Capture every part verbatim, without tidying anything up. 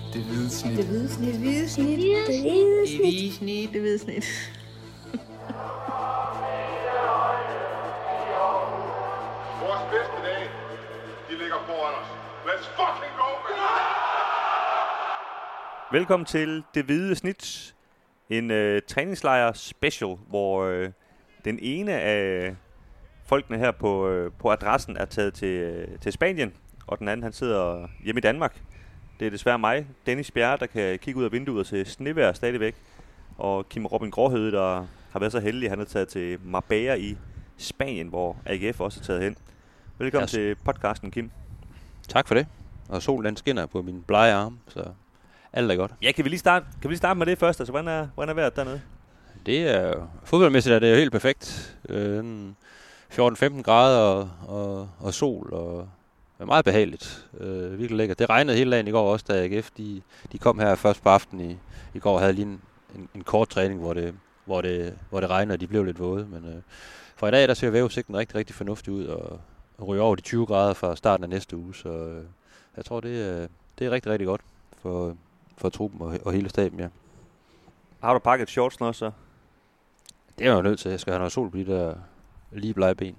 Det hvide snit. Det hvide snit. Det hvide snit. Det hvide snit. Det hvide snit. Det hvide snit. Vores bedste dage, de ligger foran os. Let's fucking go, man! Velkommen til Det Hvide Snit, en øh, træningslejr special, hvor øh, den ene af folkene her på, øh, på adressen er taget til, øh, til Spanien, og den anden han sidder hjemme i Danmark. Det er desværre mig, Dennis Bjerre, der kan kigge ud af vinduet og se snevejr stadigvæk, og Kim Robin Gråhøde, der har været så heldig, at han er taget til Marbella i Spanien, hvor A G F også er taget hen. Velkommen yes. til podcasten, Kim. Tak for det. Og solen den skinner på min blege arm, så alt er godt. Ja, kan vi lige starte, kan vi lige starte med det først? Altså, hvordan er, hvordan er vejret dernede? Det er fodboldmæssigt er det jo helt perfekt. Øh, fjorten femten grader og, og, og sol, og er meget behageligt. Øh, virkelig lækkert. Det regnede hele dagen i går også, da A G F de, de kom her først på aftenen i, i går, havde lige en, en, en kort træning, hvor det, hvor det, hvor det regnede, og de blev lidt våde. Men øh, fra i dag, der ser vejrudsigten rigtig, rigtig fornuftig ud, og, og ryger over de tyve grader fra starten af næste uge. Så øh, jeg tror, det, øh, det er rigtig, rigtig godt for, for truppen og, og hele staben, ja. Har du pakket shorts nu så? Det er jeg jo nødt til. Jeg skal have noget sol på de der lige blege ben.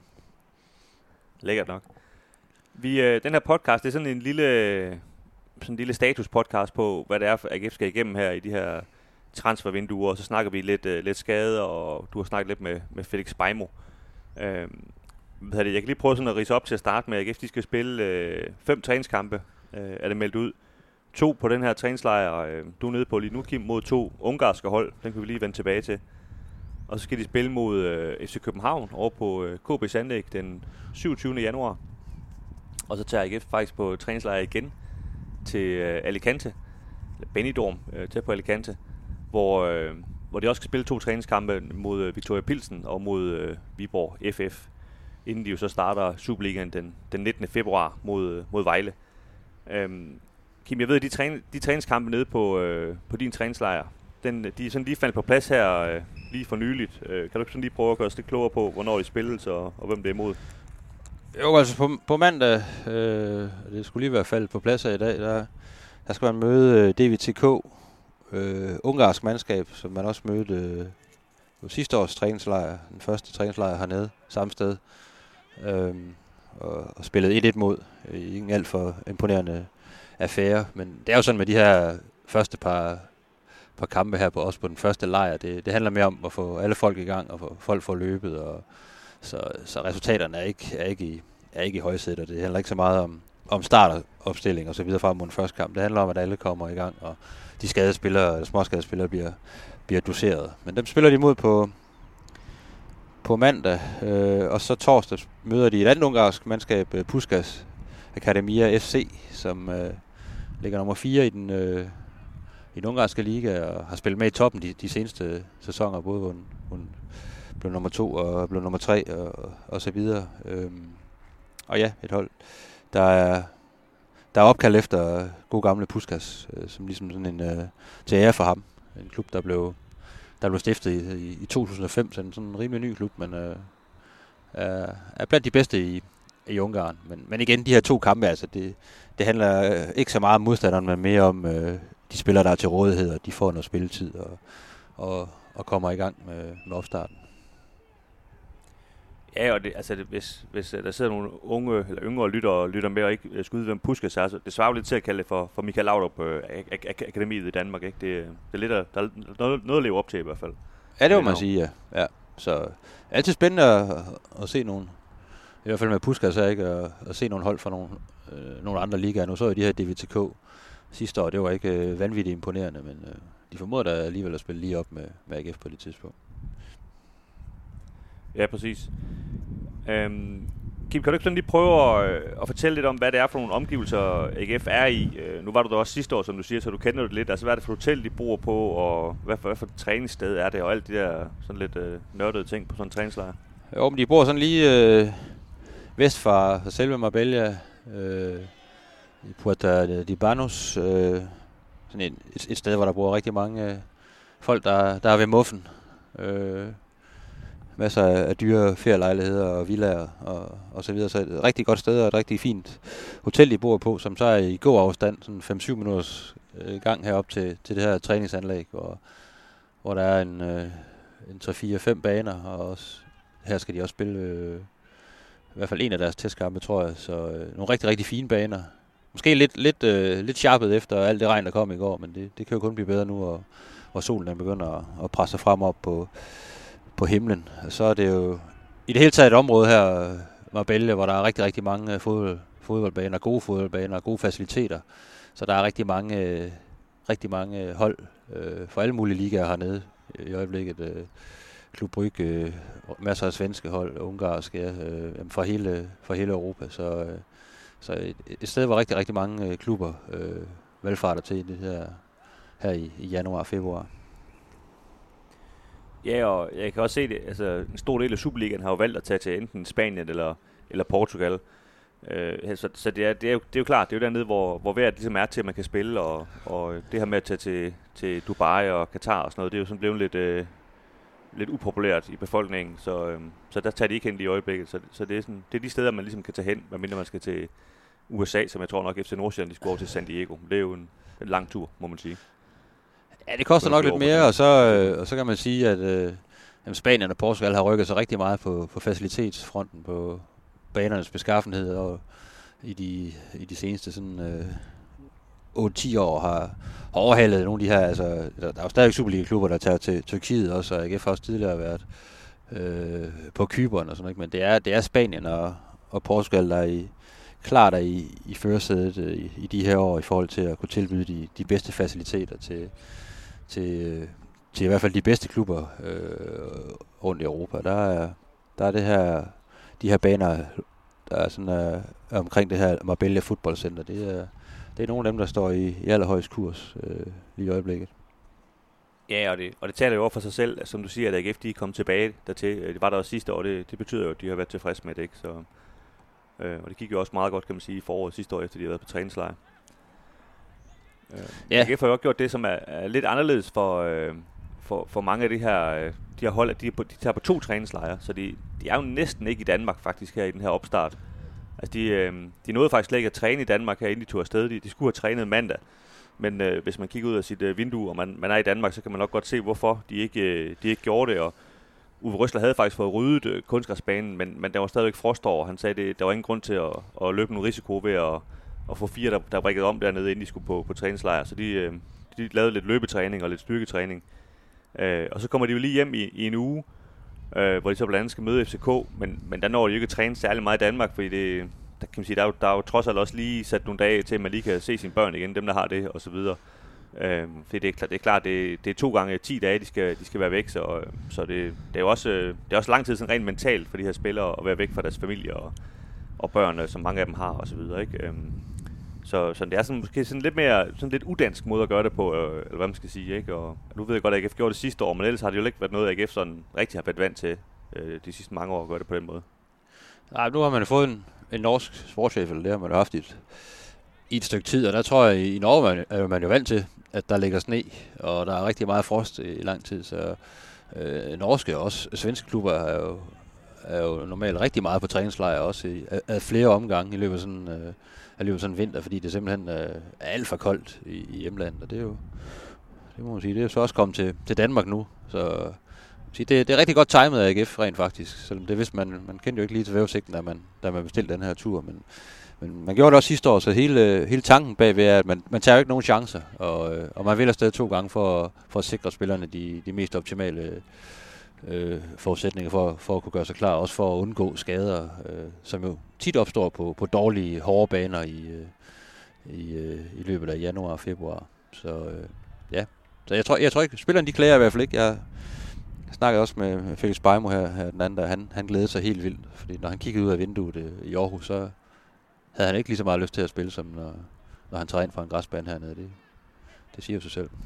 Lækkert nok. Vi, øh, den her podcast, det er sådan en lille, sådan en lille status-podcast på, hvad det er, A G F skal igennem her i de her transfervinduer, og så snakker vi lidt, øh, lidt skade, og du har snakket lidt med, med Felix Beimo. Øh, jeg kan lige prøve sådan at ridse op til at starte med. A G F de skal spille øh, fem træningskampe, øh, er det meldt ud. To på den her træningslejr, øh, du er nede på lige nu, Kim, mod to ungarske hold. Den kan vi lige vende tilbage til. Og så skal de spille mod øh, F C København over på øh, K B's anlæg den syvogtyvende januar. Og så tager A G F faktisk på træningslejr igen til øh, Alicante, eller Benidorm, øh, til på Alicante, hvor, øh, hvor de også skal spille to træningskampe mod øh, Victoria Pilsen og mod øh, Viborg F F, inden de jo så starter Superligaen den, den nittende februar mod, mod Vejle. Øhm, Kim, jeg ved, at de, træne, de træningskampe nede på, øh, på din træningslejr, den, de er sådan lige faldet på plads her øh, lige for nyligt. Øh, kan du sådan lige prøve at gøre os lidt klogere på, hvornår de spilles og, og hvem det er imod? Jo, altså på, på mandag, øh, det skulle lige være faldet på plads her i dag, der, der skal man møde øh, D V T K, øh, ungarsk mandskab, som man også mødte øh, på sidste års træningslejr, den første træningslejr hernede, samme sted, øh, og, og spillede et et mod. Øh, ingen alt for imponerende affære, men det er jo sådan med de her første par, par kampe her på os på den første lejr, det, det handler mere om at få alle folk i gang, og få folk får løbet, og Så, så resultaterne er ikke, er ikke i, er ikke i højsæt, og det handler ikke så meget om, om starteropstilling og så videre frem mod den første kamp. Det handler om, at alle kommer i gang, og de skadespillere, småskadespillere bliver, bliver doseret. Men dem spiller de mod på, på mandag, øh, og så torsdag møder de et andet ungarsk mandskab, Puskás Akademia F C, som øh, ligger nummer fire i den, øh, i den ungarske liga, og har spillet med i toppen de, de seneste sæsoner, både hvor hun blev nummer to og blev nummer tre og, og så videre. Øhm, og ja, et hold, der er, der er opkaldt efter gode gamle Puskás, øh, som ligesom sådan en øh, til ære for ham. En klub, der blev, der blev stiftet i, i, i to tusind og fem, så en sådan en rimelig ny klub, men øh, er, er blandt de bedste i, i Ungarn. Men, men igen, de her to kampe, altså, det, det handler øh, ikke så meget om modstanderen, men mere om øh, de spillere, der er til rådighed, og de får noget spilletid og, og, og kommer i gang med, med opstarten. Ja, og det, altså det, hvis, hvis der sidder nogle unge eller yngre lytter og lytter med og ikke skal ud, hvem Puskás er, så det svarer lidt til at kalde det for, for Michael Laudrup øh, ak- ak- Akademiet i Danmark, ikke? Det, det er lidt, der er noget, noget at leve op til i hvert fald. Ja, det må man sige, ja. ja. Så altid spændende at, at se nogle, i hvert fald med Puskás, ikke, at, at se nogle hold fra nogle, øh, nogle andre ligaer. Nu så jeg de her D V T K sidste år, det var ikke øh, vanvittigt imponerende, men øh, de formåede da alligevel at spille lige op med, med A G F på det tidspunkt. Ja, præcis. Øhm, Kim, kan du ikke sådan lige prøve at, at fortælle lidt om, hvad det er for nogle omgivelser, A G F er i? Øh, nu var du der også sidste år, som du siger, så du kender det lidt. Altså, hvad er det for hotel, de bor på, og hvad for, hvad for et træningssted er det, og alt de der sådan lidt øh, nørdede ting på sådan en træningslejr? Jo, men de bor sådan lige øh, vest fra selve Marbella, øh, i Puerta de Banos, øh, sådan et, et, et sted, hvor der bor rigtig mange øh, folk, der, der er ved muffen. Øh, masser af dyre ferielejligheder og villaer og, og så videre. Så et rigtig godt sted og et rigtig fint hotel, de bor på, som så er i god afstand, sådan fem til syv minutters øh, gang herop til, til det her træningsanlæg, hvor, hvor der er en, øh, en tre fire fem baner, og også, her skal de også spille øh, i hvert fald en af deres testkampe, tror jeg. Så øh, nogle rigtig, rigtig fine baner. Måske lidt, lidt, øh, lidt sharpet efter alt det regn, der kom i går, men det, det kan jo kun blive bedre nu, og, og solen den begynder at, at presse sig frem op på, på himlen. Og så er det jo i det hele taget et område her, Marbella, hvor der er rigtig, rigtig mange fodbold, fodboldbaner, gode fodboldbaner, gode faciliteter. Så der er rigtig mange, øh, rigtig mange hold øh, for alle mulige ligaer hernede i øjeblikket. Øh, Klub Brygge, øh, masser af svenske hold, ungarske, øh, fra, hele, fra hele Europa. Så, øh, så et, et sted, hvor rigtig, rigtig mange øh, klubber øh, valgfarter til det her, her i, i januar og februar. Ja, og jeg kan også se det, altså en stor del af Superligaen har jo valgt at tage til enten Spanien eller, eller Portugal. Øh, så så det, er, det, er jo, det er jo klart, det er jo dernede, hvor, hvor vejret ligesom er til, at man kan spille, og, og det her med at tage til, til Dubai og Katar og sådan noget, det er jo sådan blevet lidt, øh, lidt upopulært i befolkningen, så, øh, så der tager de ikke hen i øjeblikket. Så, så det, er sådan, det er de steder, man ligesom kan tage hen, medmindre man skal til U S A, som jeg tror nok F C Nordsjælland, de skulle over til San Diego. Det er jo en, en lang tur, må man sige. Ja, det koster nok lidt mere, og så, øh, og så kan man sige, at øh, Spanien og Portugal har rykket sig rigtig meget på, på facilitetsfronten, på banernes beskaffenhed, og i de, i de seneste sådan, øh, otte til ti år har, har overhalet nogle af de her, altså der, der er jo stadig Superliga-klubber, der tager til Tyrkiet også, og A G F har også tidligere været øh, på Cypern og sådan noget, men det er, det er Spanien og, og Portugal, der er i, klart er i, i førersædet øh, i, i de her år, i forhold til at kunne tilbyde de, de bedste faciliteter til, til, til i hvert fald de bedste klubber øh, rundt i Europa. Der er, der er det her, de her baner, der er sådan øh, omkring det her Marbella fodboldcenter. Det er, det er nogle af dem, der står i, i allerhøjst kurs øh, lige i øjeblikket. Ja, og det, og det taler jo over for sig selv, som du siger, at A G F de er kommet tilbage dertil. Det var der også sidste år, det, det betyder jo, at de har været tilfredse med det, ikke? Så, øh, og det gik jo også meget godt, kan man sige, i foråret sidste år, efter de har været på træningslejr. Øh, ja. A G F har jo også gjort det, som er, er lidt anderledes for, øh, for, for mange af de her, øh, de her hold, at de, på, de tager på to træningslejre, så de, de er jo næsten ikke i Danmark faktisk her i den her opstart. Altså de, øh, de nåede faktisk slet ikke at træne i Danmark her, inden de tog afsted. De, de skulle have trænet mandag, men øh, hvis man kigger ud af sit øh, vindue, og man, man er i Danmark, så kan man nok godt se, hvorfor de ikke, øh, de ikke gjorde det. Og Uwe Røsler havde faktisk fået ryddet øh, kunstgræsbanen, men, men der var stadigvæk frost over. Han sagde, at der var ingen grund til at, at løbe nogen risiko ved at, at få fire, der, der brækkede om dernede, inden de skulle på, på træningslejr. Så de, øh, de lavede lidt løbetræning og lidt styrketræning. Øh, og så kommer de jo lige hjem i, i en uge, øh, hvor de så blandt andet skal møde F C K, men, men der når de jo ikke at træne særlig meget i Danmark, fordi det, der, kan man sige, der, er jo, der er jo trods alt også lige sat nogle dage til, at man lige kan se sine børn igen, dem der har det, og så videre. Øh, fordi det er klart, det er, klart, det, det er to gange ti dage, de skal, de skal være væk, så, så det, det, er jo også, det er også lang tid sådan rent mentalt for de her spillere at være væk fra deres familie og, og børn, som mange af dem har, og så videre, ikke? Øh, Så, så det er sådan, måske sådan lidt mere sådan lidt udansk måde at gøre det på, øh, eller hvad man skal sige, ikke? Og nu ved jeg godt, at A G F gjorde det sidste år, men ellers har det jo ikke været noget, A G F sådan rigtig har været vant til øh, de sidste mange år at gøre det på den måde. Nej, nu har man fået en, en norsk sportschef, eller det har man jo haft i et, i et stykke tid, og der tror jeg, i Norge er man jo vant til, at der ligger sne, og der er rigtig meget frost i, i lang tid, så øh, norske og også svenske klubber er jo, er jo normalt rigtig meget på træningslejr, også i af flere omgange i løbet af sådan øh, i løbet af sådan en vinter, fordi det simpelthen øh, er alt for koldt i, i hjemlandet, og det er jo, det må man sige, det er så også kommet til, til Danmark nu, så det, det er rigtig godt timet af A G F rent faktisk, selvom det vidste man, man kendte jo ikke lige til vævesigten, da man, da man bestilte den her tur, men, men man gjorde det også sidste år, så hele, hele tanken bagved er, at man, man tager jo ikke nogen chancer, og, og man vil afsted to gange for, for at sikre spillerne de, de mest optimale øh, forudsætninger for, for at kunne gøre sig klar, også for at undgå skader, øh, som jo tit opstår på, på dårlige, hårde baner i, øh, i, øh, i løbet af januar og februar. Så øh, ja, så jeg tror, jeg tror ikke, spillerne de klager i hvert fald ikke. Jeg snakkede også med Felix Beimo her, her den anden, der han, han glædede sig helt vildt, fordi når han kiggede ud af vinduet øh, i Aarhus, så havde han ikke lige så meget lyst til at spille, som når, når han tager ind fra en græsbane hernede. Det, det siger jo sig selv.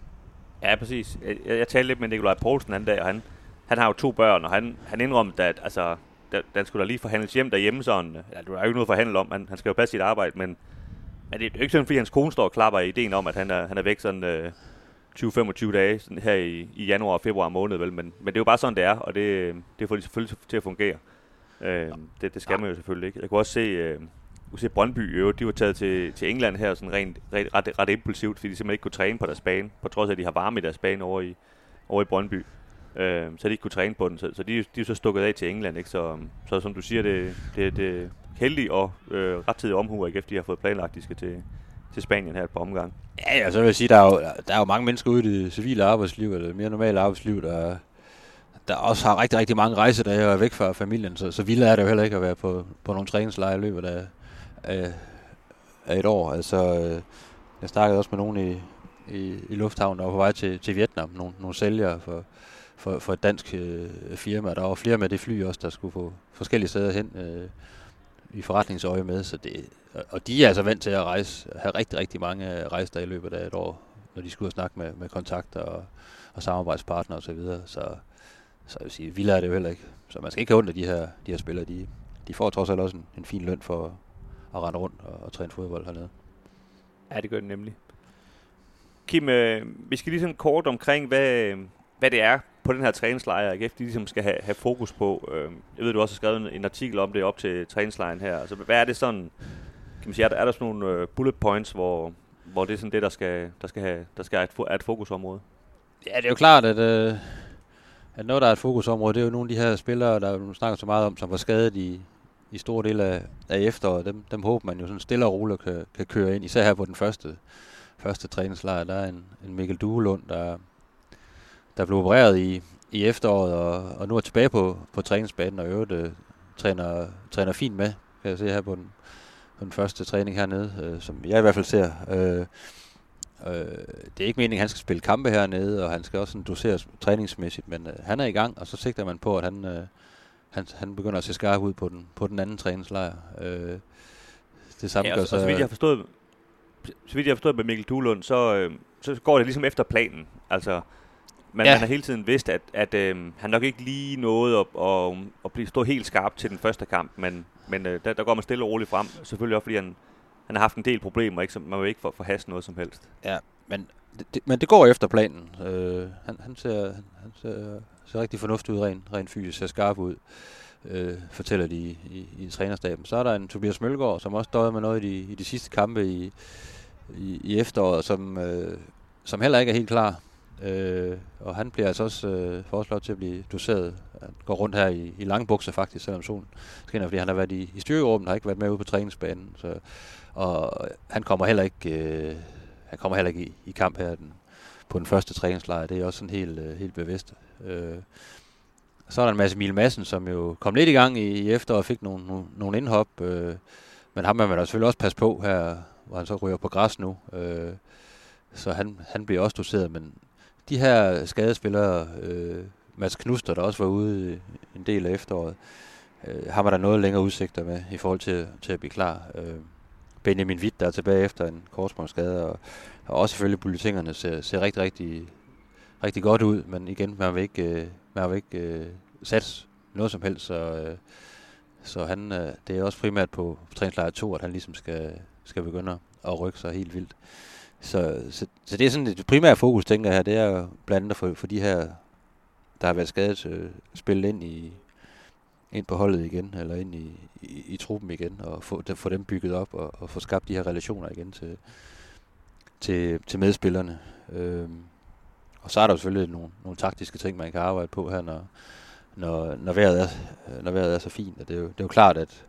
Ja, præcis. Jeg, jeg talte lidt med Nikolaj Poulsen anden dag, og han, han har jo to børn, og han, han indrømte, at altså, der, den skulle da lige forhandles hjem derhjemme sådan. Ja, det er jo ikke noget at forhandle om, han, han skal jo passe sit arbejde, men, men det er jo ikke sådan, fordi hans kone står og klapper i ideen om, at han er, han er væk sådan øh, tyve til femogtyve dage sådan her i, i januar og februar måned, vel? Men, men det er jo bare sådan, det er, og det, det får de selvfølgelig til at fungere. Øh, det, det skal man jo selvfølgelig ikke. Jeg kunne også se, øh, du ser Brøndby jo, de var taget til, til England her sådan rent, ret, ret, ret impulsivt, fordi de simpelthen ikke kunne træne på deres bane, på trods af, at de har varme i deres bane over i, over i Brøndby. Øh, så de ikke kunne træne på den, så, så de, de er jo så stukket af til England, ikke? Så, så som du siger, det, det, det er heldig og øh, rettidig omhu, ikke? Efter de har fået planlagt, at de skal til, til Spanien her et par omgang. Ja, ja, så vil jeg sige, der er jo, der er jo mange mennesker ude i det civile arbejdsliv, eller det mere normale arbejdsliv, der, der også har rigtig, rigtig mange rejsedage og er væk fra familien, så, så vildt er det jo heller ikke at være på, på nogle træningslejre i løbet af, af, af et år. Altså, jeg snakkede også med nogen i, i, i lufthavnen, der var på vej til, til Vietnam, nogle, nogle sælgere for, for, for et dansk øh, firma. Der var flere med det fly også, der skulle få forskellige steder hen øh, i forretningsøje med, så det, og de er altså vant til at rejse, have rigtig, rigtig mange rejser i løbet af et år, når de skulle snakke med, med kontakter og, og samarbejdspartnere osv., så, videre. så Så jeg vil sige, vildt er det jo heller ikke. Så man skal ikke have ondt af de her, de her spillere. De, de får trods alt også en, en fin løn for at, at rende rundt og, og træne fodbold hernede. Ja, det gør det nemlig. Kim, øh, vi skal lige sådan kort omkring, hvad, hvad det er på den her træningslejr, A G F de ligesom skal have, have fokus på. Øh, jeg ved, du også har skrevet en, en artikel om det op til træningslejren her. Altså, hvad er det sådan, kan man sige, er der, er der sådan nogle øh, bullet points, hvor, hvor det er sådan det, der skal, der skal have, der skal have et, er et fokusområde? Ja, det er jo klart, at... Øh at noget, der er et fokusområde, det er jo nogle af de her spillere, der nu snakker så meget om, som var skadet i, i store dele af, af efteråret. Dem, dem håber man jo sådan stille og roligt kan, kan køre ind, især her på den første, første træningslejr. Der er en, en Mikkel Duelund, der, der blev opereret i, i efteråret, og, og nu er tilbage på, på træningsbanen, og øvrigt øh, træner, træner fint med, kan jeg se her på den, på den første træning hernede, øh, som jeg i hvert fald ser. Øh, Øh, det er ikke meningen, at han skal spille kampe hernede, og han skal også sådan doseres træningsmæssigt, men øh, han er i gang, og så sigter man på, at han, øh, han, han begynder at se skarp ud på den, på den anden træningslejr. Øh, det samme ja, gør og, så... og så vidt jeg har forstået, så vidt jeg har forstået med Mikkel Duelund, så, øh, så går det ligesom efter planen. Altså, man, ja. man har hele tiden vidst, at, at øh, han nok ikke lige nåede at, at, at blive stå helt skarp til den første kamp, men, men øh, der, der går man stille og roligt frem, selvfølgelig også fordi han Han har haft en del problemer, ikke? Så man vil ikke få forhaste noget som helst. Ja, men det, men det går efter planen. Øh, han, han, ser, han, han ser, ser rigtig fornuftig ud, rent, rent fysisk, ser skarp ud, øh, fortæller de i, i, i trænerstaben. Så er der en Tobias Mølgaard, som også døde med noget i de, i de sidste kampe i, i, i efteråret, som, øh, som heller ikke er helt klar. Øh, og han bliver altså også øh, foreslået til at blive doseret. Han går rundt her i, i lange bukser faktisk, selvom solen skinner, fordi han har været i, i styrkerummet, har ikke været med ude på træningsbanen. Så, og han kommer heller ikke, øh, han kommer heller ikke i, i kamp her den, på den første træningslejr. Det er også sådan helt, øh, helt bevidst. Øh, så er der en masse Emil Madsen, som jo kom lidt i gang i, i efteråret og fik nogle, nogle, nogle indhop. Øh, men ham må man da selvfølgelig også passe på her, hvor han så ryger på græs nu. Øh, så han, han bliver også doseret, men de her skadespillere, øh, Mads Knuster, der også var ude en del af efteråret, øh, har man der noget længere udsigter med i forhold til, til at blive klar. Øh, Benjamin Witt, der er tilbage efter en korsbåndsskade, og, og også selvfølgelig bulletinerne ser, ser rigtig, rigtig, rigtig godt ud, men igen, man vil ikke, øh, man vil ikke øh, satse noget som helst, så, øh, så han, øh, det er også primært på, på træningslejr to, at han ligesom skal, skal begynde at rykke sig helt vildt. Så, så, så det er sådan det primære fokus, tænker jeg her, det er blandt andet for, for de her, der har været skadet, øh, spille ind i ind på holdet igen, eller ind i, i, i truppen igen, og få, få dem bygget op, og, og få skabt de her relationer igen til, til, til medspillerne. Øhm, og så er der jo selvfølgelig nogle, nogle taktiske ting, man kan arbejde på her, når, når, når, vejret, er, når vejret er så fint. Og det er jo, det er jo klart, at,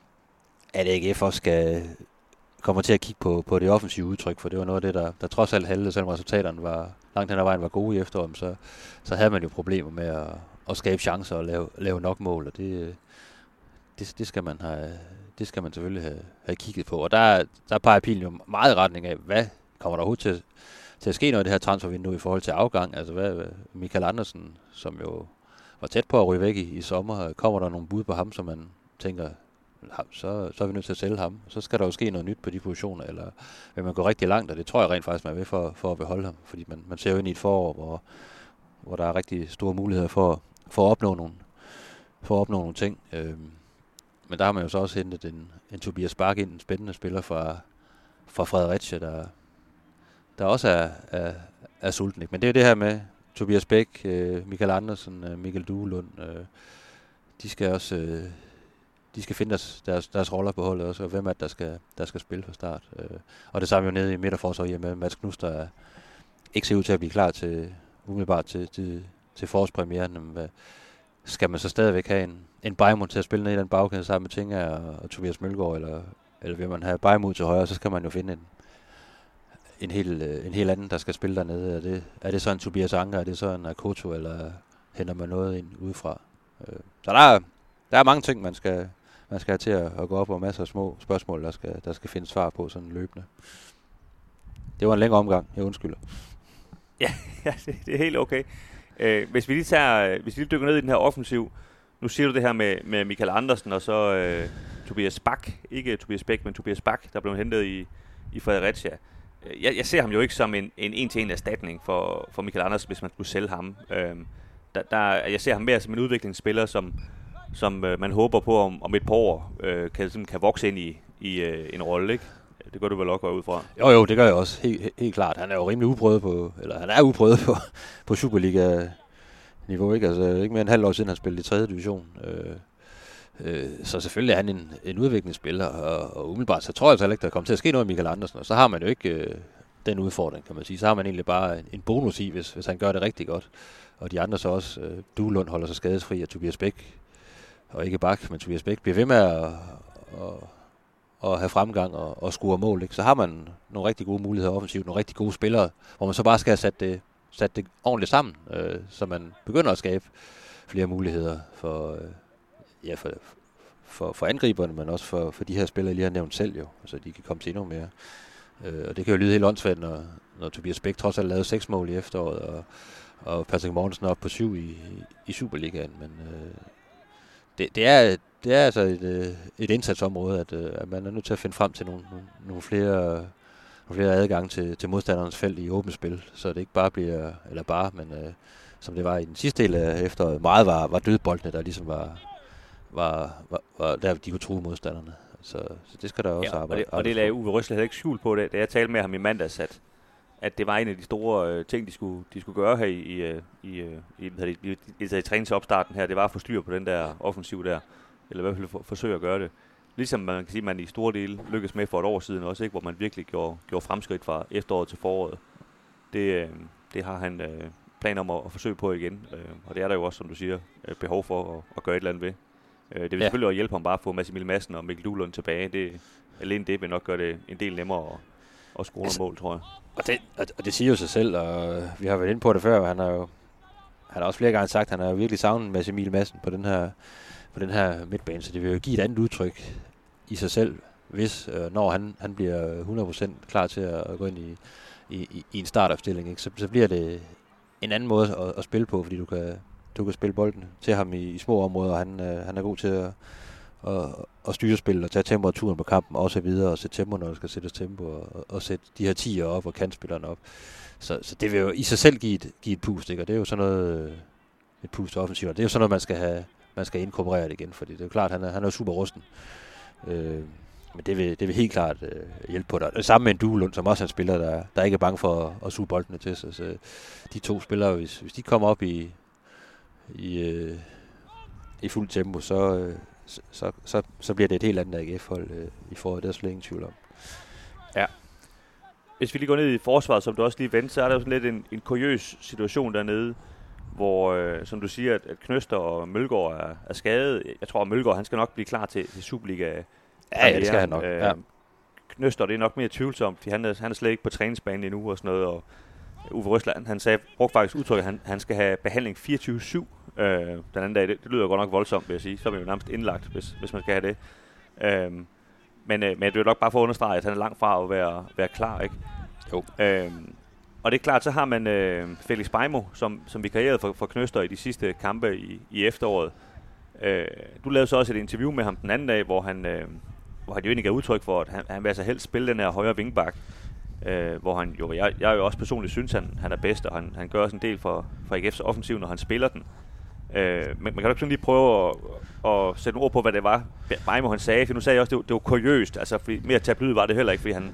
at A G F også skal kommer til at kigge på, på det offensive udtryk, for det var noget af det, der, der trods alt halvede, selvom resultaterne var langt hen ad vejen var gode i efteråret, så, så havde man jo problemer med at, at skabe chancer og lave, lave nok mål, og det, det, det, skal man have, det skal man selvfølgelig have, have kigget på. Og der, der peger pilen jo meget i retning af, hvad kommer der overhovedet til, til at ske noget i det her transfervindue i forhold til afgang? Altså hvad, Michael Andersen, som jo var tæt på at ryge væk i, i sommer, kommer der nogle bud på ham, som man tænker, så, så er vi nødt til at sælge ham. Så skal der jo ske noget nyt på de positioner, eller vil man gå rigtig langt, og det tror jeg rent faktisk, man vil for, for at beholde ham, fordi man, man ser jo ind i et forår, hvor, hvor der er rigtig store muligheder for, for at opnå nogle, for at opnå nogle ting. Øhm, men der har man jo så også hentet en, en Tobias Bak ind, en spændende spiller fra, fra Fredericia, der, der også er, er, er sulten. Men det er jo det her med Tobias Bæk, øh, Michael Andersen, øh, Mikkel Duelund, øh, de skal også... Øh, de skal finde deres, deres, deres roller på holdet også, og hvem er det, der skal, der skal spille fra start. Øh, og det samme jo nede i midterforsvaret med Mads Knudsen, der ikke ser ud til at blive klar til, umiddelbart til, til, til forårspremieren. Hvad, skal man så stadigvæk have en, en Bajmod til at spille ned i den bagkæde sammen med Tinga og, og Tobias Mølgaard, eller, eller vil man have Bajmod til højre, så skal man jo finde en, en, hel, en helt anden, der skal spille dernede. Er det, er det så en Tobias Anker, er det så en Akoto, eller henter man noget ind udefra? Øh, så der er, der er mange ting, man skal, man skal have til at, at gå op, og masser af små spørgsmål, der skal, der skal finde svar på sådan løbende. Det var en længere omgang, jeg undskylder. Ja, ja det, det er helt okay. Øh, hvis vi lige tager, hvis vi lige dykker ned i den her offensiv, nu siger du det her med, med Michael Andersen og så øh, Tobias Bak, ikke Tobias Bæk, men Tobias Bak, der blev hentet i, i Fredericia. Jeg, jeg ser ham jo ikke som en, en en-til-en erstatning for, for Michael Andersen, hvis man skulle sælge ham. Øh, der, der, jeg ser ham mere som en udviklingsspiller, som, som øh, man håber på om, om et par år øh, kan, kan vokse ind i, i øh, en rolle, ikke? Det gør du vel også ud fra? Jo, jo, det gør jeg også. Helt, helt, helt klart. Han er jo rimelig uprøvet på, eller han er uprøvet på, på Superliga-niveau, ikke? Altså, ikke mere end en halv år siden, han spillede i tredje division. Øh, øh, så selvfølgelig er han en, en udviklingsspiller, og, og umiddelbart, så tror jeg altså ikke, der kommer til at ske noget med Michael Andersen, og så har man jo ikke øh, den udfordring, kan man sige. Så har man egentlig bare en, en bonus i, hvis, hvis han gør det rigtig godt. Og de andre så også, øh, Duelund holder sig skadesfri, og Tobias Bæk, og ikke Bak, men Tobias Bæk bliver ved med at... Og, og have fremgang og, og score mål, ikke? Så har man nogle rigtig gode muligheder offensivt, nogle rigtig gode spillere, hvor man så bare skal have sat det, sat det ordentligt sammen, øh, så man begynder at skabe flere muligheder for, øh, ja, for, for, for angriberne, men også for, for de her spillere, jeg lige har nævnt selv jo, så de kan komme til endnu mere. Øh, og det kan jo lyde helt åndssvagt, når, når Tobias Bæk trods alt lavede seks mål i efteråret, og, og Patrick Mortensen op på syv i, i, i Superligaen, men øh, det, det er Det er altså et, et indsatsområde, at, at man er nødt til at finde frem til nogle, nogle, nogle flere, nogle flere adgange til, til modstanderens felt i åbent spil, så det ikke bare bliver, eller bare, men uh, som det var i den sidste del af efteråret, meget var, var dødboldene, der ligesom var, var, var, var der, de kunne true modstanderne. Så, så det skal der også ja, arbejde. Og det, og det lagde Uwe Røsler heller ikke skjul på det, da jeg talte med ham i mandags, at, at det var en af de store øh, ting, de skulle, de skulle gøre her i, i, i, i, i, i, i, i træningsopstarten her. Det var at få styr på den der offensiv der. Eller i hvert fald for, forsøge at gøre det. Ligesom man kan sige, man i store dele lykkedes med for et år siden også, ikke? Hvor man virkelig gjorde, gjorde fremskridt fra efteråret til foråret. Det, øh, det har han øh, planer om at, at forsøge på igen, øh, og det er der jo også, som du siger, øh, behov for at, at gøre et eller andet ved. Øh, det vil ja. selvfølgelig også hjælpe ham bare at få Mads Emil Madsen og Mikkel Duelund tilbage. Det, alene det vil nok gøre det en del nemmere at, at score altså, mål, tror jeg. Og det, og det siger jo sig selv, og vi har været inde på det før, han har jo han har også flere gange sagt, at han har virkelig savnet Mads Emil Madsen på den her på den her midtbane, så det vil jo give et andet udtryk i sig selv, hvis, øh, når han, han bliver hundrede procent klar til at, at gå ind i, i, i en startopstilling, ikke? Så, så bliver det en anden måde at, at spille på, fordi du kan, du kan spille bolden til ham i, i små områder, og han, øh, han er god til at, at, at styre spillet og tage temperaturen på kampen, og så videre, og sætte tempo, når der skal sættes tempo, og, og sætte de her tier op, og kantspillerne op. Så, så det vil jo i sig selv give et, give et pust, ikke? Og det er jo sådan noget, et pust offensivt, det er jo sådan noget, man skal have man skal inkorporere det igen, fordi det er jo klart, han er, han er super rusten. Øh, men det vil, det vil helt klart øh, hjælpe på dig. Det samme med en Duelund, som også er en spiller, der, der ikke er bange for at, at suge boldene til sig. Så de to spillere, hvis, hvis de kommer op i, i, øh, i fuld tempo, så, øh, så, så, så bliver det et helt andet A G F-hold øh, i forhold. Det er slet ingen tvivl om. Ja. Hvis vi lige går ned i forsvaret, som du også lige vendte, så er der jo sådan lidt en, en kuriøs situation dernede, hvor, øh, som du siger, at, at Knøster og Mølgaard er, er skadet. Jeg tror, at Mølgaard, han skal nok blive klar til, til Superliga. Ja, ja, det skal han nok. Øh, ja. Knøster, det er nok mere tvivlsomt, fordi han er, han er slet ikke på træningsbanen endnu og sådan noget. Og Uwe Røsler, han sagde, brugte faktisk udtrykket, at han, han skal have behandling fireogtyve syv øh, den anden dag. Det, det lyder godt nok voldsomt, vil jeg sige. Så er man jo nærmest indlagt, hvis, hvis man skal have det. Øh, men, øh, men det er jo nok bare for at understrege, at han er langt fra at være, være klar, ikke? Jo. Øh, Og det er klart, så har man øh, Felix Bajmo, som, som vikarierede for, for Knøster i de sidste kampe i, i efteråret. Øh, du lavede så også et interview med ham den anden dag, hvor han, øh, hvor han jo egentlig gav udtryk for, at han, han vil altså helst spille den her højre vingbak, øh, hvor han jo, jeg, jeg jo også personligt synes, han, han er bedst, og han, han gør også en del for, for A G F's offensiv, når han spiller den. Øh, men man kan jo ikke sådan lige prøve at, at sætte nogle ord på, hvad det var, Bajmo han sagde, for nu sagde jeg også, det var, det var kuriøst, altså fordi mere tabloid var det heller ikke, fordi han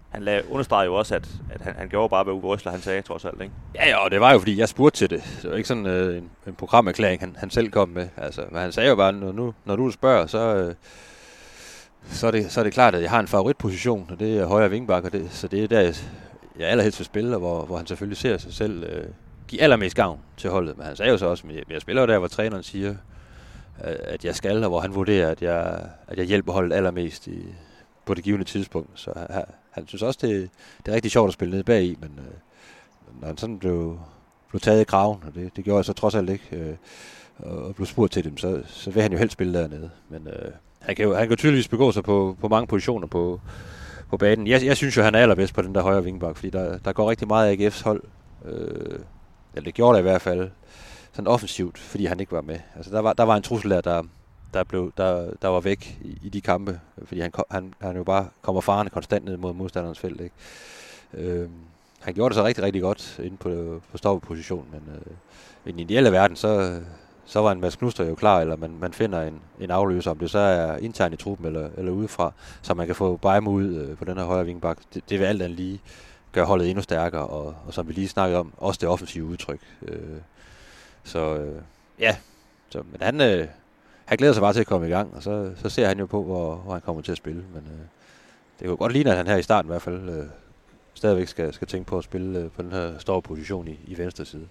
han lag, understregede jo også, at, at han, han gjorde bare, hvad Uwe Rösler han sagde, trods alt, ikke? Ja, ja, og det var jo, fordi jeg spurgte til det. Det var ikke sådan øh, en, en programerklæring, han, han selv kom med. Altså, men han sagde jo bare, når, nu, når du spørger, så, øh, så, er det, så er det klart, at jeg har en favoritposition, og det er højre vingbak, og det, så det er der, jeg, jeg allerhelst vil spille, og hvor, hvor han selvfølgelig ser sig selv øh, give allermest gavn til holdet. Men han sagde jo så også, at jeg, jeg spiller jo der, hvor træneren siger, at jeg skal, og hvor han vurderer, at jeg, at jeg hjælper holdet allermest i, på det givende tidspunkt. Så han, han synes også, det, det er rigtig sjovt at spille ned bag i, men øh, når han sådan blev, blev taget i kraven, og det, det gjorde jeg så trods alt ikke, øh, og blev spurgt til dem, så, så vil han jo helst spille dernede. Men øh, han, kan jo, han kan jo tydeligvis begå sig på, på mange positioner på, på banen. Jeg, jeg synes jo, han er allerbedst på den der højre vingbak, fordi der, der går rigtig meget af A G F's hold, øh, eller det gjorde der i hvert fald, sådan offensivt, fordi han ikke var med. Altså der var, der var en trussel der, der, der, blev, der, der var væk i, i de kampe, fordi han, han, han jo bare kommer farende konstant ned mod modstanderens felt, ikke? Øh, han gjorde det så rigtig, rigtig godt inde på, på stoppeposition, men øh, i den ideelle verden, så, så var en Mads Knudster jo klar, eller man, man finder en, en afløser, om det så er internt i truppen eller, eller udefra, så man kan få Bajmo ud øh, på den her højre vingbak. Det, det vil alt andet lige gøre holdet endnu stærkere, og, og som vi lige snakkede om, også det offensive udtryk. Øh, så øh, ja, så, men han, øh, han glæder sig bare til at komme i gang, og så, så ser han jo på, hvor, hvor han kommer til at spille. Men øh, det er jo godt ligne, at han her i starten i hvert fald øh, stadigvæk skal, skal tænke på at spille øh, på den her store position i, i venstre side.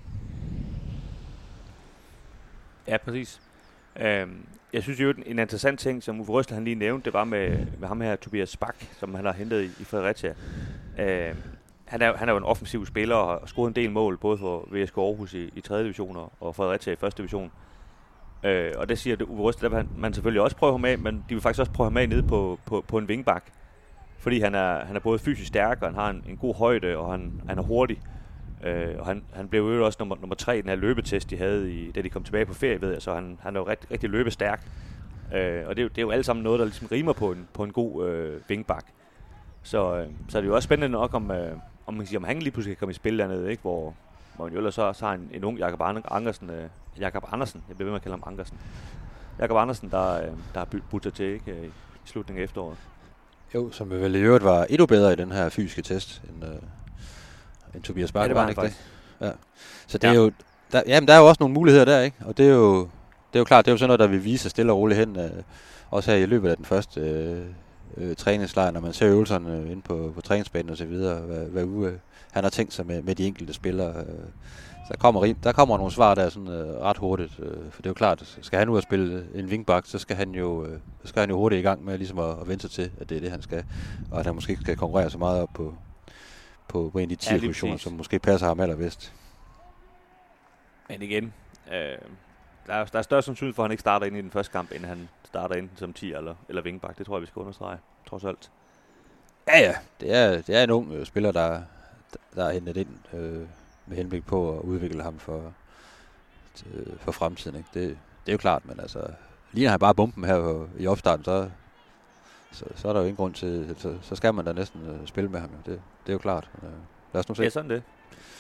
Ja, præcis. Øhm, jeg synes jo, en interessant ting, som Uwe Rösler han lige nævnte, det var med, med ham her, Tobias Bak, som han har hentet i, i Fredericia. Øhm, han, er, han er jo en offensiv spiller og har scoret en del mål, både for V S K Aarhus i, i tredje division og Fredericia i første division. Øh, og det siger det Uwe Rösler, der vil han, man selvfølgelig også prøve ham af, men de vil faktisk også prøve ham af nede på, på, på en vingbak. Fordi han er, han er både fysisk stærk, og han har en, en god højde, og han, han er hurtig. Øh, og han, han blev jo også nummer, nummer tre i den her løbetest, de havde, i, da de kom tilbage på ferie, ved jeg. Så han, han er jo rigtig, rigtig løbestærk. Øh, og det er, jo, det er jo alle sammen noget, der ligesom rimer på en, på en god øh, vingbak. Så, øh, så er det jo også spændende nok, om, øh, om, man kan sige, om han lige pludselig kan komme i spil dernede, ikke? Hvor, hvor man jo ellers så, så har en, en ung Jakob Andersen, øh, Jakob Andersen, jeg bliver ved med at kalde ham Ankersen. Jakob Andersen, der, øh, der har budt sig til, ikke? I slutningen af efteråret. Jo, som vel i øvrigt var endnu bedre i den her fysiske test, end, øh, end Tobias Bak, ja, det var han ikke det? Ja. Så det ja. er jo, der, jamen, der er jo også nogle muligheder der, ikke? Og det er jo, det er jo klart, det er jo sådan noget, der vil vise sig stille og roligt hen, øh, også her i løbet af den første øh, øh, træningslejr, når man ser øvelserne øh, inde på, på træningsbanen og så videre, hvad, hvad uge, han har tænkt sig med, med de enkelte spillere. Øh. Så der kommer, der kommer nogle svar der sådan øh, ret hurtigt, øh, for det er jo klart, skal han ud og spille en vingbak, så skal han jo, øh, så skal han jo hurtigt i gang med ligesom at, at vente sig til, at det er det, han skal, og at han måske ikke skal konkurrere så meget op på, på, på en af de ti ja, positioner, som måske passer ham allerbedst. Men igen, øh, der, er, der er større sandsynlighed for, at han ikke starter ind i den første kamp, end han starter ind som ti eller, eller vingbak. Det tror jeg, vi skal understrege, trods alt. Ja, ja. Det er, det er en ung øh, spiller, der, der er hentet ind øh, med henblik på at udvikle ham for, til, for fremtiden. Ikke? Det, det er jo klart, men altså, lige når han bare bomben her på, i opstarten, så, så, så er der jo ingen grund til, så, så skal man da næsten øh, spille med ham. Jo. Det, det er jo klart. Øh, lad os nu se. Ja, sådan det.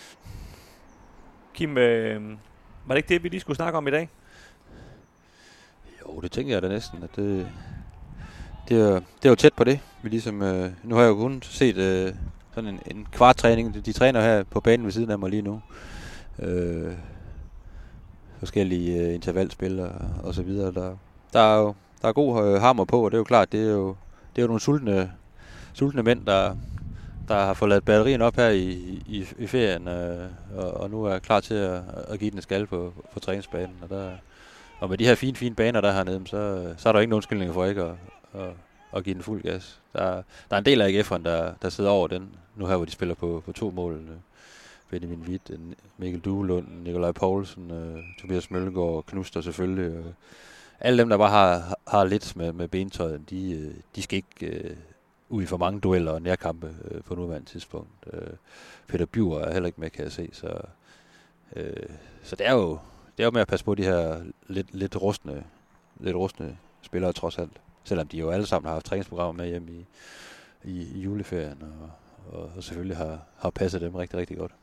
Kim, øh, var det ikke det, vi lige skulle snakke om i dag? Jo, det tænker jeg da næsten, at det, det, er, det er jo tæt på det. Vi ligesom, øh, nu har jeg jo kun set øh, sådan en, en kvart træning. De, de træner her på banen ved siden af mig lige nu. Øh, forskellige øh, intervalspil og, og så videre. Der, der er jo der er god øh, hammer på, og det er jo klart, det er jo, det er jo nogle sultne, sultne mænd, der, der har fået ladet batterien op her i, i, i ferien, øh, og, og nu er klar til at, at give den et skal på, på træningsbanen. Og, der, og med de her fine, fine baner, der hernede, så, så er der ingen undskyldning for ikke at, at, at give den fuld gas. Der, der er en del af A G F'eren, der, der sidder over den, nu her, hvor de spiller på, på to mål. Benjamin Hvidt, Mikkel Duelund, Nikolaj Poulsen, øh, Tobias Møllegaard, Knudster selvfølgelig. Øh. Alle dem, der bare har, har lidt med, med bentøjet, de, de skal ikke øh, ud i for mange dueller og nærkampe øh, på nuværende tidspunkt. Øh, Peter Bjur er heller ikke med, kan jeg se. Så, øh, så det er jo det er jo med at passe på de her lidt, lidt rustne, lidt rustne spillere trods alt. Selvom de jo alle sammen har haft træningsprogrammer med hjem i, i, i juleferien, og, og, og selvfølgelig har, har passet dem rigtig, rigtig godt.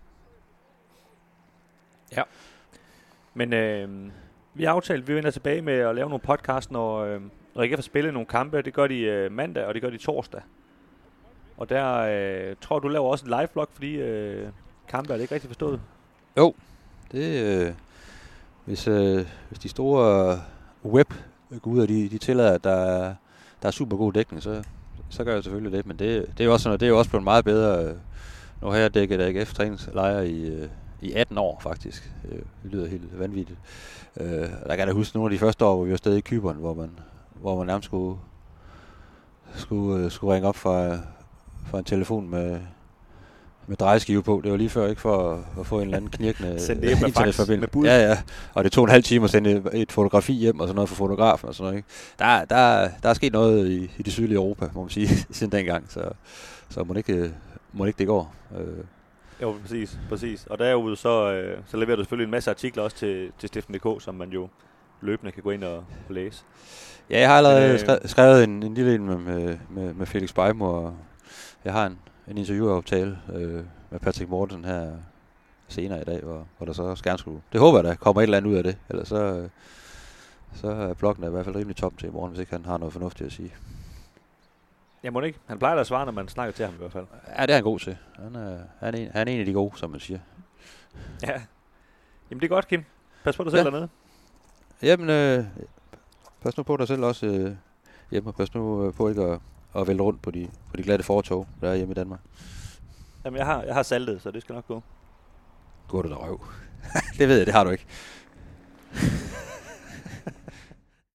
Ja. Men øh, vi har aftalt, at vi vender tilbage med at lave nogle podcast, når, øh, når I kan få spillet nogle kampe. Det gør de øh, mandag, og det gør de torsdag. Og der øh, tror du laver også en live-vlog for de øh, kampe, er det ikke rigtig forstået? Jo, det øh, hvis, øh, hvis de store web-guder, de, de tillader, at der er, der er super god dækning, så, så gør jeg selvfølgelig det. Men det, det er jo også sådan, det er jo også blevet meget bedre. Øh, nu har jeg dækket A G F-træningslejre i, øh, i atten år, faktisk. Øh, det lyder helt vanvittigt. Øh, der kan jeg da huske nogle af de første år, hvor vi var stadig i Cypern, hvor man, hvor man nærmest skulle, skulle, øh, skulle ringe op fra, fra en telefon med, med drejeskive på. Det var lige før, ikke, for at, at få en eller anden knirkende internetforbindelse. Ja, ja. Og det tog en halv time at sende et, et fotografi hjem og sådan noget for fotografen og sådan noget, ikke? Der, der, der er sket noget i, i det sydlige Europa, må man sige, siden dengang. Så, så må det ikke, må det ikke det går. Øh. Jo, præcis, præcis. Og derude så, øh, så leverer du selvfølgelig en masse artikler også til, til Stiften punktum d k, som man jo løbende kan gå ind og, og læse. Ja, jeg har allerede øh, skrevet, skrevet en, en lille en med, med, med Felix Beimo, og jeg har en, en interviewaftale øh, med Patrick Mortensen her senere i dag, hvor, hvor der så også gerne skulle... Det håber jeg, der kommer et eller andet ud af det, ellers så, øh, så er bloggen i hvert fald rimelig tom til i morgen, hvis ikke han har noget fornuftigt at sige. Ja, må det ikke. Han plejer da at svare, når man snakker til ham i hvert fald. Ja, det er han god til. Han er, han er, en, han er en af de gode, som man siger. Ja. Jamen det er godt, Kim. Pas på dig selv ja. dernede. Jamen, øh, pas nu på dig selv også øh, hjemme, og pas nu øh, på ikke at, at vælge rundt på de, på de glatte fortog, der er hjemme i Danmark. Jamen jeg har, jeg har saltet, så det skal nok gå. Går du da røv? Det ved jeg, det har du ikke.